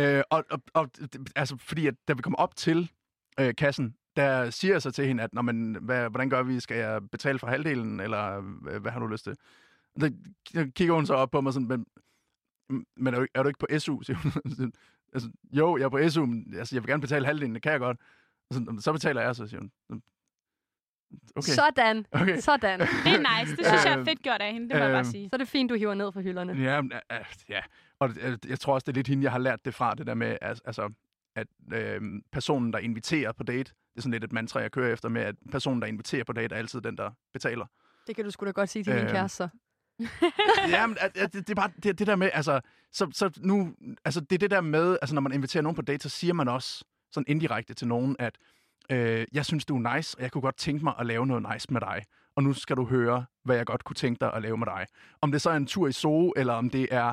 Fordi at, da vi kommer op til kassen, der siger jeg så til hende, at hvordan gør vi? Skal jeg betale for halvdelen, eller hvad har du lyst til? Der kigger hun så op på mig sådan, men er du ikke på SU? Siger hun. Jo, jeg er på SU, men jeg vil gerne betale halvdelen, det kan jeg godt. Så betaler jeg, så siger hun. Okay. Sådan. Okay. Sådan. Det er nice. Det synes jeg er fedt gjort af hende, det må jeg bare sige. Så er det fint, du hiver ned fra hylderne. Ja. Og jeg tror også, det er lidt hende, jeg har lært det fra, det der med, at personen, der inviterer på date, det er sådan lidt et mantra, jeg kører efter med, at personen, der inviterer på date, er altid den, der betaler. Det kan du sgu da godt sige til min kæreste, så. Jamen, det er bare det der med, det er det der med, når man inviterer nogen på date, så siger man også sådan indirekte til nogen, at jeg synes, du er nice, og jeg kunne godt tænke mig at lave noget nice med dig. Og nu skal du høre, hvad jeg godt kunne tænke dig at lave med dig. Om det så er en tur i Zoo, eller om det er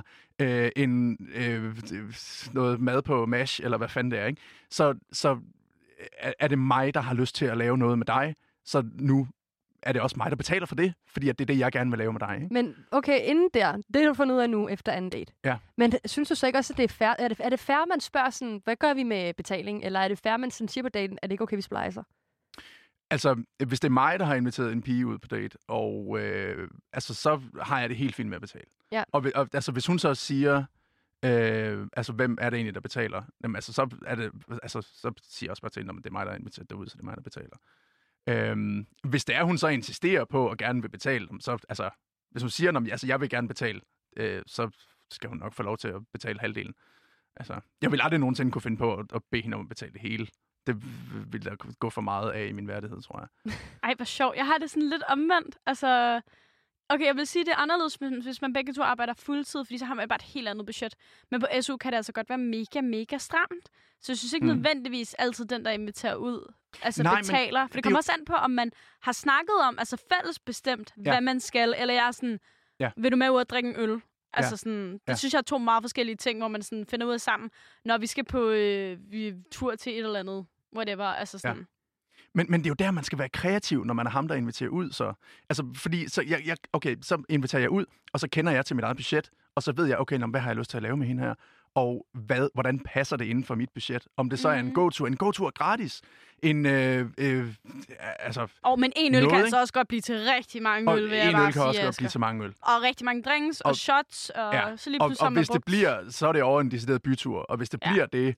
noget mad på MASH, eller hvad fanden det er, ikke? Så er det mig, der har lyst til at lave noget med dig. Så nu er det også mig, der betaler for det, fordi at det er det, jeg gerne vil lave med dig. Ikke? Men okay, inden der, det har du fundet ud af nu efter anden date. Ja. Men synes du så ikke også, at det er fair? Er det fair, man spørger sådan, hvad gør vi med betaling? Eller er det fair, man sådan siger på daten, er det ikke okay, vi splicer? Altså, hvis det er mig, der har inviteret en pige ud på date, og så har jeg det helt fint med at betale. Ja. Og hvis hun så siger, hvem er det egentlig, der betaler? Jamen, så siger jeg også bare til hende, at det er mig, der har inviteret derud, så det er mig, der betaler. Hvis det er, hun så insisterer på at gerne vil betale, så hvis hun siger, at jeg vil gerne betale, så skal hun nok få lov til at betale halvdelen. Altså, jeg vil aldrig nogensinde kunne finde på at bede hende om at betale det hele. Det vil der gå for meget af i min værdighed, tror jeg. Ej, hvor sjovt. Jeg har det sådan lidt omvendt. Altså, okay, jeg vil sige, det er anderledes, hvis man begge to arbejder fuldtid, fordi så har man bare et helt andet budget. Men på SU kan det altså godt være mega, mega stramt. Så jeg synes ikke nødvendigvis altid den, der inviterer ud, betaler. For det kommer også an på, om man har snakket om, fælles bestemt, hvad man skal. Eller jeg er sådan, vil du med ud og drikke en øl? Det synes jeg er to meget forskellige ting, hvor man sådan finder ud af sammen, når vi skal på tur til et eller andet, whatever, Ja. Men det er jo der, man skal være kreativ, når man er ham, der inviterer ud. Så inviterer jeg ud, og så kender jeg til mit eget budget, og så ved jeg, hvad har jeg lyst til at lave med hende her? Og hvordan passer det inden for mit budget? Om det så er en gåtur. En gåtur er gratis. Men en øl kan altså også godt blive til rigtig mange øl, vil jeg bare sige. En øl kan også godt blive til mange øl. Og rigtig mange drinks og shots, og så lige pludselig og hvis det bliver, så er det over en decideret bytur. Og hvis det bliver det,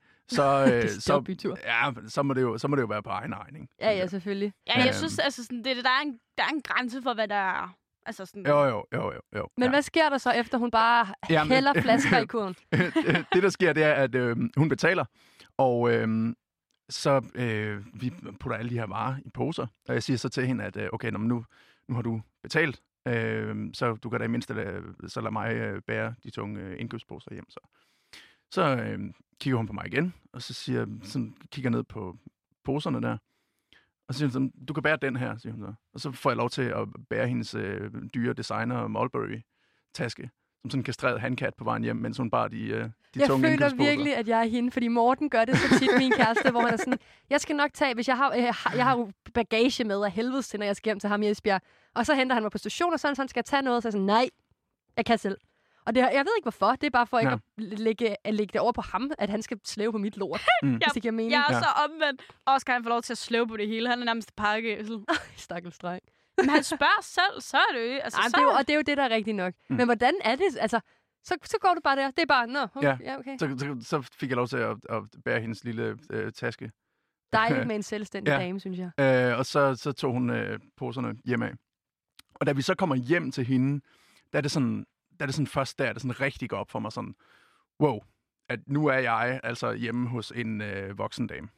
så må det jo være på egen regning. Ja, selvfølgelig. Ja, jeg synes, der er en grænse for, hvad der er. Jo. Men hvad sker der så, efter hun bare hælder flasker i kurven? Det, der sker, det er, at hun betaler, og så vi putter alle de her varer i poser. Og jeg siger så til hende, at nu har du betalt, så du kan da i mindste lade mig bære de tunge indkøbsposer hjem. Så kigger hun på mig igen, og så kigger ned på poserne der. Og så siger hun, du kan bære den her, siger hun så. Og så får jeg lov til at bære hendes dyre designer Mulberry-taske, som sådan en kastreret handkat på vejen hjem, mens hun bare de tunge indkøbsposer. Jeg føler virkelig, at jeg er hende, fordi Morten gør det så tit, min kæreste, hvor han er sådan, jeg skal nok tage, hvis jeg har jo bagage med af helvedes til, når jeg skal hjem til ham i Esbjerg. Og så henter han mig på stationen, og så han skal tage noget, og så er sådan, nej, jeg kan selv. Og jeg ved ikke hvorfor, det er bare for ikke at lægge det over på ham, at han skal slæve på mit lort, hvis det giver mening. Jeg er så omvendt. Oscar han får lov til at slæve på det hele, han er nærmest pakkeæsel. Stakkels dreng. Men han spørger selv, så er det jo... Altså, og det er jo det, der er rigtigt nok. Men hvordan er det? Altså, så går du bare der. Det er bare, okay. Så fik jeg lov til at bære hendes lille taske. Dejligt med en selvstændig dame, synes jeg. Og så tog hun poserne hjem af. Og da vi så kommer hjem til hende, der er det sådan først der, det sådan rigtig går op for mig sådan, wow, at nu er jeg altså hjemme hos en voksen dame.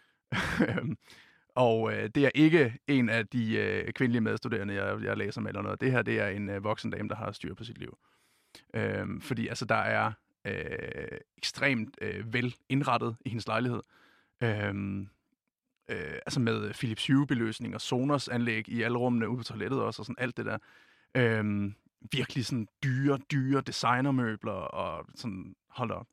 Og det er ikke en af de kvindelige medstuderende, jeg læser med eller noget. Det her, det er en voksen dame, der har styr på sit liv. Fordi altså, der er ekstremt vel indrettet i hendes lejlighed. Altså med Philips Hue-beløsning og Sonos anlæg i alle rummene ude på toilettet også, og sådan alt det der. Virkelig sådan dyre designermøbler, og sådan, hold op.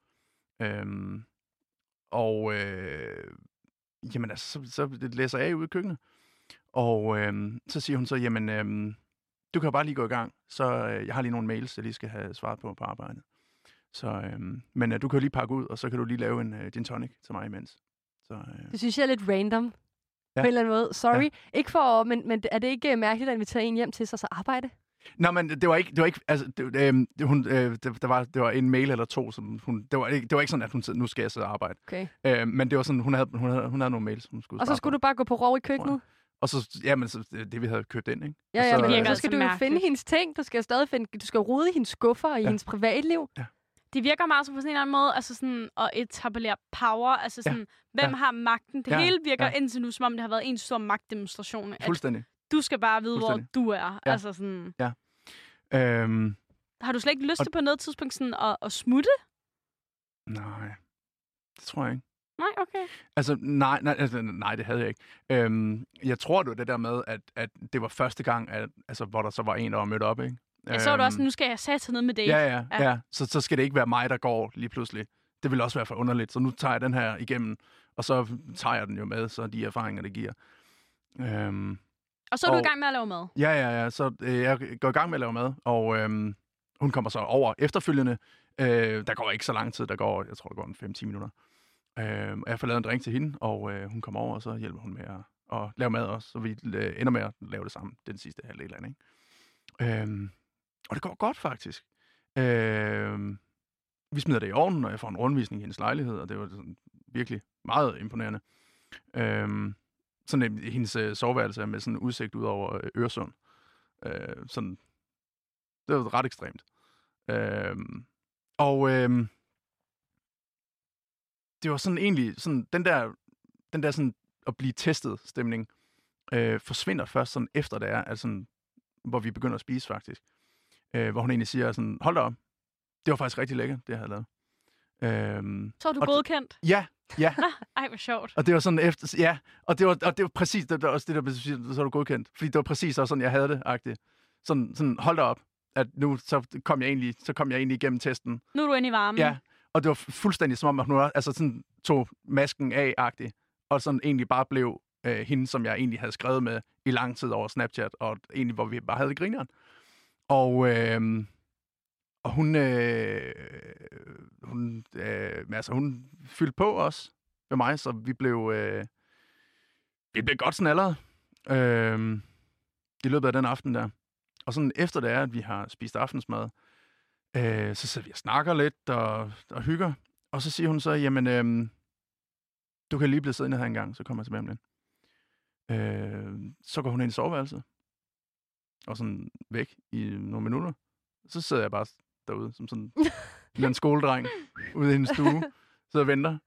Jamen altså, så læser jeg ude i køkkenet. Og så siger hun så, jamen, du kan bare lige gå i gang. Så jeg har lige nogle mails, jeg lige skal have svaret på arbejdet. Så, men du kan jo lige pakke ud, og så kan du lige lave en gin tonic til mig imens. Så, det synes jeg er lidt random. På en eller anden måde. Sorry. Ja. Ikke for, men er det ikke mærkeligt, at invitere en hjem til sig så arbejde? Nå, men det var ikke altså, det var en mail eller to, som det var ikke sådan, at hun nu skal jeg så arbejde. Okay. Men det var sådan, hun havde nogle mails, hun skulle. Og så skulle du bare gå på rov i køkkenet? Og så, jamen, så det vi havde købt ind, ikke? Ja, men så skal du jo finde hendes ting. Du skal rode i hendes skuffer og i hendes privatliv. Ja. Det virker meget som på sådan en eller anden måde, altså sådan at etablere power, altså sådan, hvem har magten? Det hele virker indtil nu, som om det har været en stor magtdemonstration. Fuldstændig. Du skal bare vide, hvor du er. Ja. Altså sådan... Ja. Har du slet ikke lyst til på noget tidspunkt sådan at smutte? Nej, det tror jeg ikke. Nej, okay. Altså, nej, det havde jeg ikke. Jeg tror, det var det der med, at det var første gang, hvor der så var en, der var mødt op, ikke? Jeg så du også, nu skal jeg sætte noget med det. Ja. Så skal det ikke være mig, der går lige pludselig. Det vil også være for underligt. Så nu tager jeg den her igennem, og så tager jeg den jo med, så de erfaringer, det giver. Og så er du i gang med at lave mad? Ja. Så jeg går i gang med at lave mad, og hun kommer så over efterfølgende. Der går ikke så lang tid, jeg tror, der går en 5-10 minutter. Jeg får lavet en drink til hende, og hun kommer over, og så hjælper hun med at lave mad også, så vi ender med at lave det sammen. Det er den sidste halvdel af det, ikke? Og det går godt, faktisk. Vi smider det i ovnen, og jeg får en rundvisning i hendes lejlighed, og det var sådan virkelig meget imponerende. Sådan hendes soveværelse med sådan udsigt ud over Øresund. Sådan, det var ret ekstremt. Det var sådan egentlig, sådan, den der sådan at blive testet stemning, forsvinder først sådan efter det er, altså, hvor vi begynder at spise faktisk. Hvor hun egentlig siger sådan, hold da op, det var faktisk rigtig lækkert, det jeg havde lavet. Så var du godkendt? Ja. Ej, hvor sjovt. Og det var sådan efter, ja, og det var præcis, det var også det der, så var du godkendt. Fordi det var præcis også sådan, jeg havde det-agtigt. Sådan, hold da op, at nu så kom jeg egentlig igennem testen. Nu er du inde i varmen. Ja, og det var fuldstændig som om, at hun altså sådan tog masken af-agtigt, og sådan egentlig bare blev hende, som jeg egentlig havde skrevet med i lang tid over Snapchat, og egentlig, hvor vi bare havde grineren. Og hun fyldte på os med mig, så vi blev godt snallet i løbet af den aften der. Og sådan efter det er, at vi har spist aftensmad, så sidder vi og snakker lidt og hygger. Og så siger hun så, jamen, du kan lige blive siddende her en gang, så kommer jeg tilbage om lidt. Så går hun ind i soveværelset, og sådan væk i nogle minutter. Så sidder jeg bare derude, som sådan en lille skoledreng, ude i hendes stue, så jeg venter.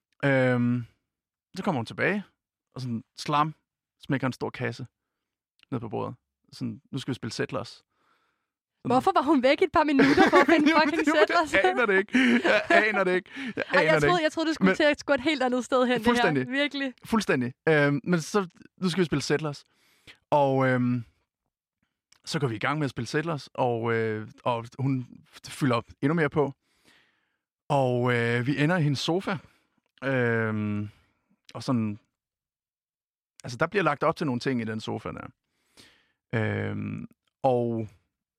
Så kommer hun tilbage, og sådan smækker en stor kasse ned på bordet. Sådan, nu skal vi spille Settlers. Sådan. Hvorfor var hun væk et par minutter for at finde fucking Settlers? Jeg aner det ikke. Jeg troede, du skulle til at gå et helt andet sted hen. Fuldstændig. Det her. Virkelig. Fuldstændig. Men så, nu skal vi spille Settlers. Og så går vi i gang med at spille Settlers, og hun fylder op endnu mere på. Og vi ender i hendes sofa. Og sådan... Altså, der bliver lagt op til nogle ting i den sofa der. Og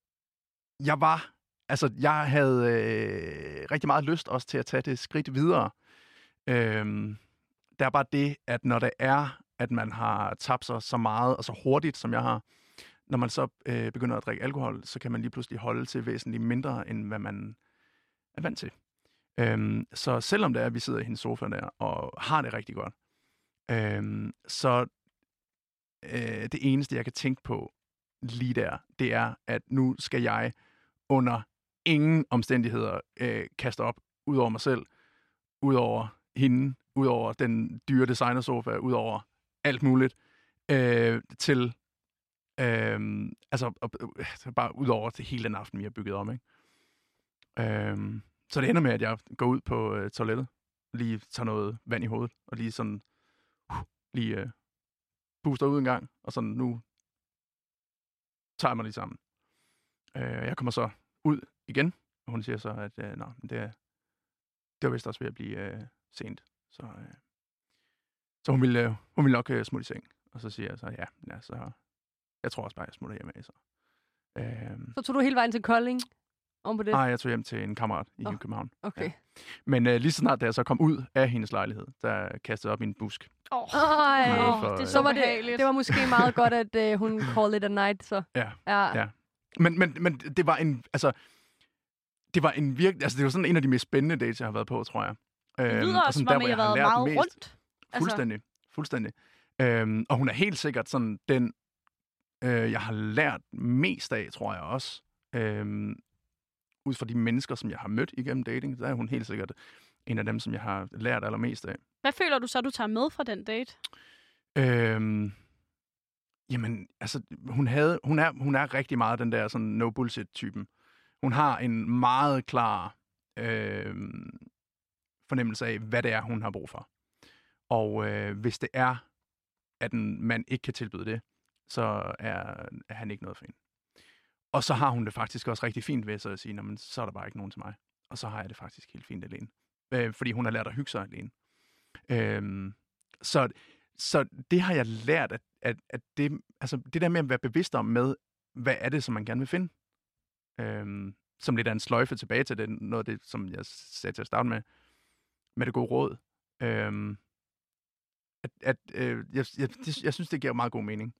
jeg havde rigtig meget lyst også til at tage det skridt videre. Der er bare det, at når det er, at man har tabt sig så meget og så hurtigt, som jeg har, når man så begynder at drikke alkohol, så kan man lige pludselig holde til væsentligt mindre, end hvad man er vant til. Så selvom det er, at vi sidder i hendes sofa der, og har det rigtig godt, så det eneste, jeg kan tænke på lige der, det er, at nu skal jeg under ingen omstændigheder kaste op, ud over mig selv, ud over hende, ud over den dyre designersofa, ud over alt muligt, til bare ud over til hele den aften, vi har bygget om, ikke? Så det ender med, at jeg går ud på toilettet, lige tager noget vand i hovedet, og lige sådan, lige puster ud en gang, og sådan, nu tager jeg mig lige sammen. Jeg kommer så ud igen, og hun siger så, at det var vist også ved at blive sent. Så hun ville nok smutte i seng. Og så siger jeg så, ja, så jeg tror også bare, jeg smutter hjem af. Så tog du hele vejen til Kolding? Nej, jeg tog hjem til en kammerat i København. Okay. Ja. Men lige så snart, da jeg så kom ud af hendes lejlighed, der kastede op i en busk. Det var måske meget godt, at hun called it a night, så. Ja. Men det var en, altså, det var en virkelig, altså det var sådan en af de mest spændende dates, jeg har været på, tror jeg. Det lyder også, som om jeg har været meget rundt. Fuldstændig. Og hun er helt sikkert sådan den, jeg har lært mest af, tror jeg også. Ud fra de mennesker, som jeg har mødt igennem dating, der er hun helt sikkert en af dem, som jeg har lært allermest af. Hvad føler du så, du tager med fra den date? Jamen, altså, hun er rigtig meget den der sådan no bullshit-typen. Hun har en meget klar fornemmelse af, hvad det er, hun har brug for. Og hvis det er, at en mand ikke kan tilbyde det, så er han ikke noget for hende. Og så har hun det faktisk også rigtig fint ved sig at sige, så er der bare ikke nogen til mig. Og så har jeg det faktisk helt fint alene. Fordi hun har lært at hygge sig alene. Så det har jeg lært, at det, altså det der med at være bevidst om med, hvad er det, som man gerne vil finde? Som lidt af en sløjfe tilbage til det, noget af det, som jeg sagde til at starte med det gode råd. Jeg synes, det giver meget god mening.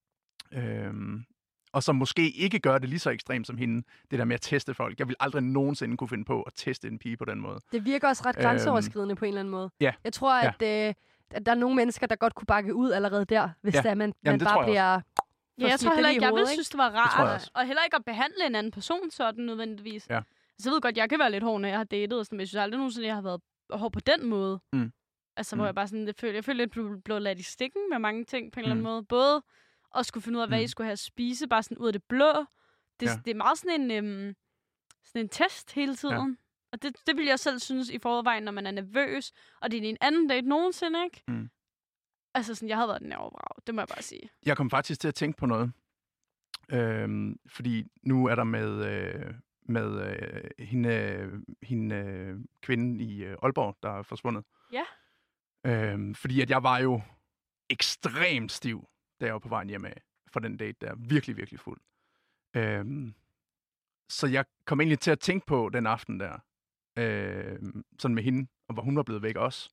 Og så måske ikke gøre det lige så ekstremt som hende, det der med at teste folk. Jeg vil aldrig nogensinde kunne finde på at teste en pige på den måde. Det virker også ret grænseoverskridende på en eller anden måde. Ja. Jeg tror, at der er nogle mennesker, der godt kunne bakke ud allerede der, hvis man bare bliver... Ja, jeg tror heller ikke, jeg ville synes, det var rart. Og heller ikke at behandle en anden person sådan nødvendigvis. Ja. Så jeg ved godt, jeg kan være lidt hård, når jeg har datet, og sådan, men jeg synes aldrig nogensinde, jeg har været hård på den måde. Altså, hvor jeg bare sådan, jeg føler lidt blev ladt i stikken med mange ting på en eller anden måde. Både at skulle finde ud af, hvad I skulle have at spise, bare sådan ud af det blå. Det er meget sådan en test hele tiden. Ja. Og det vil jeg selv synes i forvejen, når man er nervøs. Og det er en anden date nogensinde, ikke? Altså, sådan, jeg havde været den overbrag. Det må jeg bare sige. Jeg kom faktisk til at tænke på noget. Fordi nu er der med hende kvinden i Aalborg, der er forsvundet. Ja. Fordi at jeg var jo ekstremt stiv, da jeg var på vejen hjemme fra den date der. Virkelig, virkelig fuld. Så jeg kom egentlig til at tænke på den aften der. Sådan med hende, og hvor hun var blevet væk også.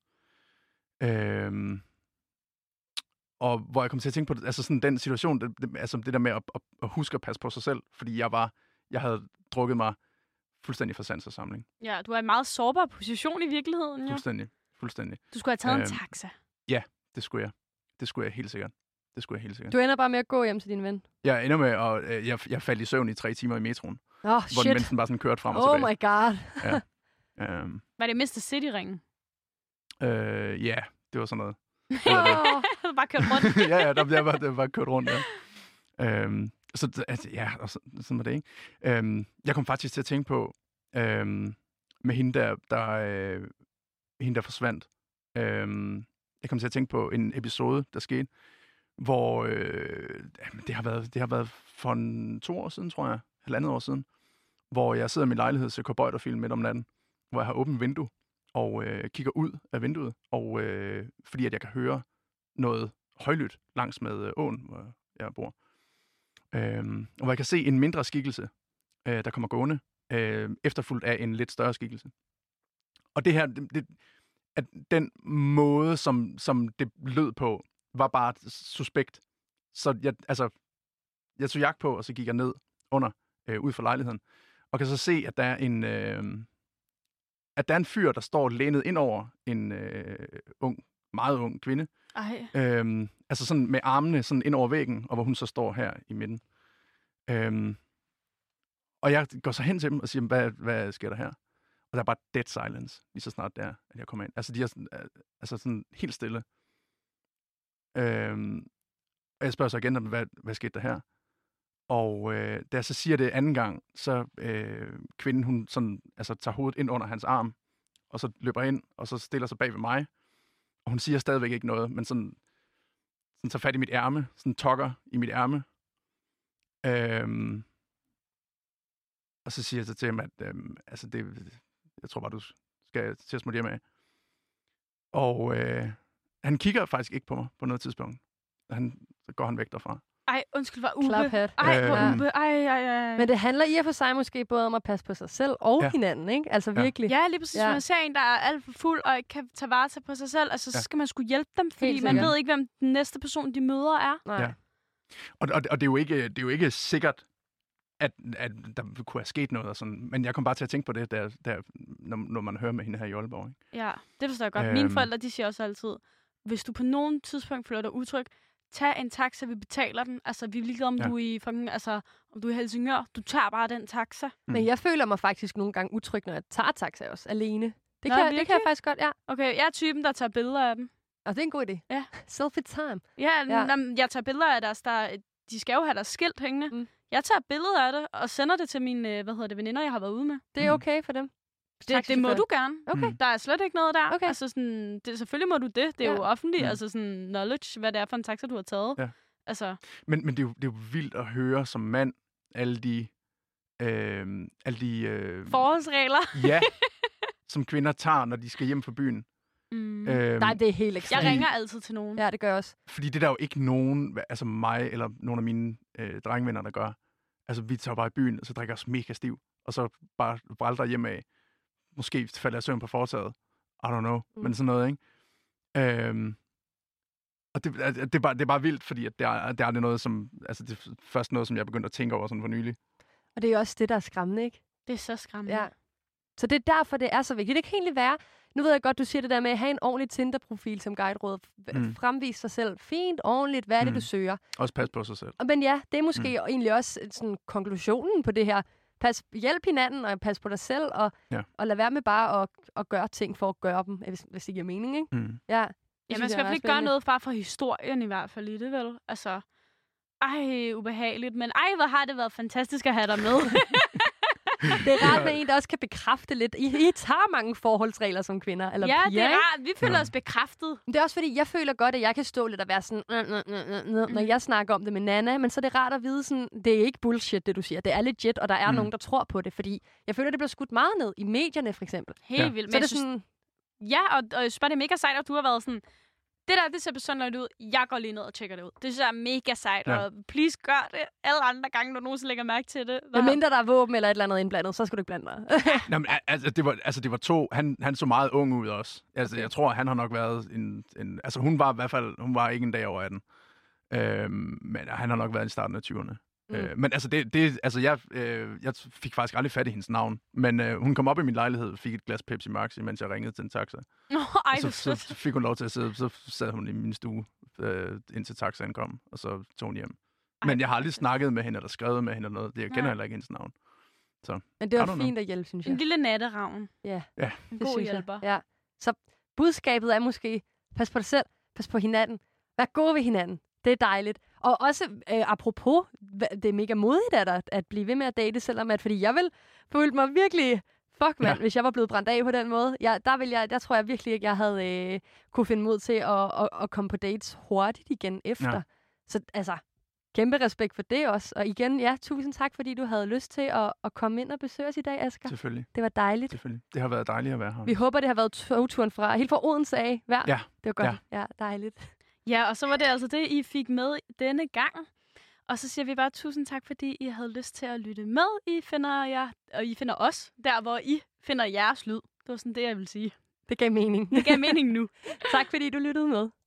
Og hvor jeg kom til at tænke på, altså sådan den situation, det der med at huske at passe på sig selv, fordi jeg havde drukket mig fuldstændig for sans og samling. Ja, du er i en meget sårbar position i virkeligheden, jo. Fuldstændig. Du skulle have taget en taxa. Ja, det skulle jeg. Det skulle jeg helt sikkert. Du ender bare med at gå hjem til din ven? Jeg ender med, og jeg faldt i søvn i 3 timer i metroen. Hvor den mensen bare sådan kørte frem og tilbage. Oh my god. Ja. Var det Mr. City-ringen? Ja, det var sådan noget. Bare kørt rundt. Ja, det var bare kørt rundt, ja. Så altså, ja, og sådan var det, ikke? Jeg kom faktisk til at tænke på, med hende der forsvandt. Jeg kom til at tænke på en episode, der skete, hvor det har været for 2 år siden, tror jeg, 1,5 år siden, hvor jeg sidder i min lejlighed og ser cowboyterfilm midt om natten, hvor jeg har åbent vindue og kigger ud af vinduet, og fordi at jeg kan høre noget højlydt langs med åen, hvor jeg bor. Og hvor jeg kan se en mindre skikkelse, der kommer gående, efterfulgt af en lidt større skikkelse. Og det her, at den måde, som det lød på, var bare suspekt. Så jeg tog jakke på, og så gik jeg ned under, ud fra lejligheden, og kan så se, at der er en fyr, der står lænet ind over en meget ung kvinde. Altså sådan med armene sådan ind over væggen, og hvor hun så står her i midten. Og jeg går så hen til dem og siger, hvad sker der her? Og der er bare dead silence, lige så snart der, at jeg kommer ind. Altså, de er sådan helt stille. Og jeg spørger så igen, hvad skete der her? Og da jeg så siger det anden gang, så kvinden, hun sådan, altså, tager hovedet ind under hans arm, og så løber ind, og så stiller sig bag ved mig. Og hun siger stadigvæk ikke noget, men sådan tager fat i mit ærme, sådan tokker i mit ærme. Og så siger jeg så til ham, at jeg tror bare, du skal til at smutte hjem af. Og han kigger faktisk ikke på mig på noget tidspunkt. Så går han væk derfra. Ej, undskyld, hvor Ube. Klaphat. Ej, hvor Ube. Ej. Men det handler i og for sig måske både om at passe på sig selv og hinanden, ikke? Altså virkelig. Ja, lige præcis. Hvis man ser en, der er alt for fuld og ikke kan tage vare på sig selv, altså, så skal man sgu hjælpe dem, fordi man ved ikke, hvem den næste person, de møder, er. Nej. Ja. Og det er jo ikke sikkert, at der kunne have sket noget. Og sådan. Men jeg kom bare til at tænke på det, når man hører med hende her i Aalborg. Ikke? Ja, det forstår jeg godt. Mine forældre, de siger også altid, hvis du på nogen tidspunkt føler dig utryg, tag en taxa, vi betaler den. Altså, vi er ligeglade, om du er i fucking, altså, om du er i Helsingør. Du tager bare den taxa. Men jeg føler mig faktisk nogle gange utryg, når jeg tager taxa også, alene. Det kan jeg faktisk godt, ja. Okay, jeg er typen, der tager billeder af dem. Og det er en god idé. Ja. Selfie time. Ja, jeg tager billeder af deres, de skal jo have deres skilt hængende. Jeg tager billeder af det, og sender det til mine, veninder, jeg har været ude med. Det er okay for dem? Det må du gerne. Okay. Der er slet ikke noget der. Okay. Altså sådan, selvfølgelig må du det. Det er jo offentligt, altså sådan knowledge, hvad det er for en taxa, du har taget. Ja. Altså. Men det er jo vildt at høre som mand, alle de forholdsregler. Ja, som kvinder tager, når de skal hjem fra byen. Nej, det er helt ekstremt. Jeg ringer altid til nogen. Ja, det gør jeg også. Fordi det er der jo ikke nogen, altså mig eller nogle af mine drengvenner, der gør. Altså, vi tager bare i byen, og så drikker os mega stiv. Og så bare brælder hjem af. Måske falder jeg søvn på fortaget. I don't know. Men sådan noget, ikke? Og det er bare vildt, fordi at det er noget, som... Altså, det er først noget, som jeg begyndte at tænke over sådan for nylig. Og det er også det, der er skræmmende, ikke? Det er så skræmmende. Ja. Så det er derfor, det er så vigtigt. Det kan egentlig være... Nu ved jeg godt, du siger det der med at have en ordentlig Tinder-profil som guideråd. Fremvis sig selv fint, ordentligt. Hvad er det, du søger? Også pas på sig selv. Men ja, det er måske egentlig også sådan, konklusionen på det her. Hjælp hinanden, og pas på dig selv, og lad være med bare at gøre ting for at gøre dem, hvis det giver mening, ikke? Ja, man skal i hvert fald ikke gøre noget bare for historien i hvert fald i det, vel? Altså, ubehageligt, men hvor har det været fantastisk at have dig med. Det er rart med en, der også kan bekræfte lidt. I tager mange forholdsregler som kvinder, eller piger, det er rart. Vi føler os bekræftet. Det er også fordi, jeg føler godt, at jeg kan stå lidt og være sådan, når jeg snakker om det med Nana, men så er det rart at vide sådan, det er ikke bullshit, det du siger. Det er legit, og der er nogen, der tror på det, fordi jeg føler, det bliver skudt meget ned i medierne, for eksempel. Helt vildt. Så det er sådan... Ja, og jeg synes bare, det er mega sejt, at du har været sådan, det ser besynderligt ud. Jeg går lige ned og tjekker det ud. Det synes jeg er mega sejt, og please gør det alle andre gange, når nogen lægger mærke til det. Men mindre der er våben eller et eller andet indblandet, så skal du ikke blande dig. Nå, men, det var to. Han så meget ung ud også. Altså, okay. Jeg tror, han har nok været en altså hun var i hvert fald, hun var ikke en dag over 18. Men han har nok været i starten af 20'erne. Men altså, jeg fik faktisk aldrig fat i hendes navn. Men hun kom op i min lejlighed og fik et glas Pepsi Max, mens jeg ringede til en taxa. Så fik hun lov til at sidde, så sad hun i min stue, indtil taxaen kom, og så tog hun hjem. Men jeg har aldrig snakket med hende, eller skrevet med hende, eller noget. Jeg kender heller ikke hendes navn. Så, men det var fint at hjælpe, synes jeg. En lille natteravn. Ja. En god hjælper. Ja. Så budskabet er måske, pas på dig selv, pas på hinanden, vær gode ved hinanden. Det er dejligt. Og også apropos, det er mega modigt af dig at blive ved med at date, selvom fordi jeg vil føle mig virkelig hvis jeg var blevet brændt af på den måde. Der tror jeg virkelig ikke, jeg havde kunne finde mod til at komme på dates hurtigt igen efter. Ja. Så altså, kæmpe respekt for det også. Og igen, tusind tak, fordi du havde lyst til at komme ind og besøge os i dag, Asger. Selvfølgelig. Det var dejligt. Selvfølgelig. Det har været dejligt at være her. Vi håber, det har været togturen helt fra Odense af. Ja. Det var godt. Ja, dejligt. Ja, og så var det altså det, I fik med denne gang. Og så siger vi bare tusind tak, fordi I havde lyst til at lytte med. I finder os, der hvor I finder jeres lyd. Det var sådan det, jeg vil sige. Det gav mening. Det gav mening nu. Tak, fordi du lyttede med.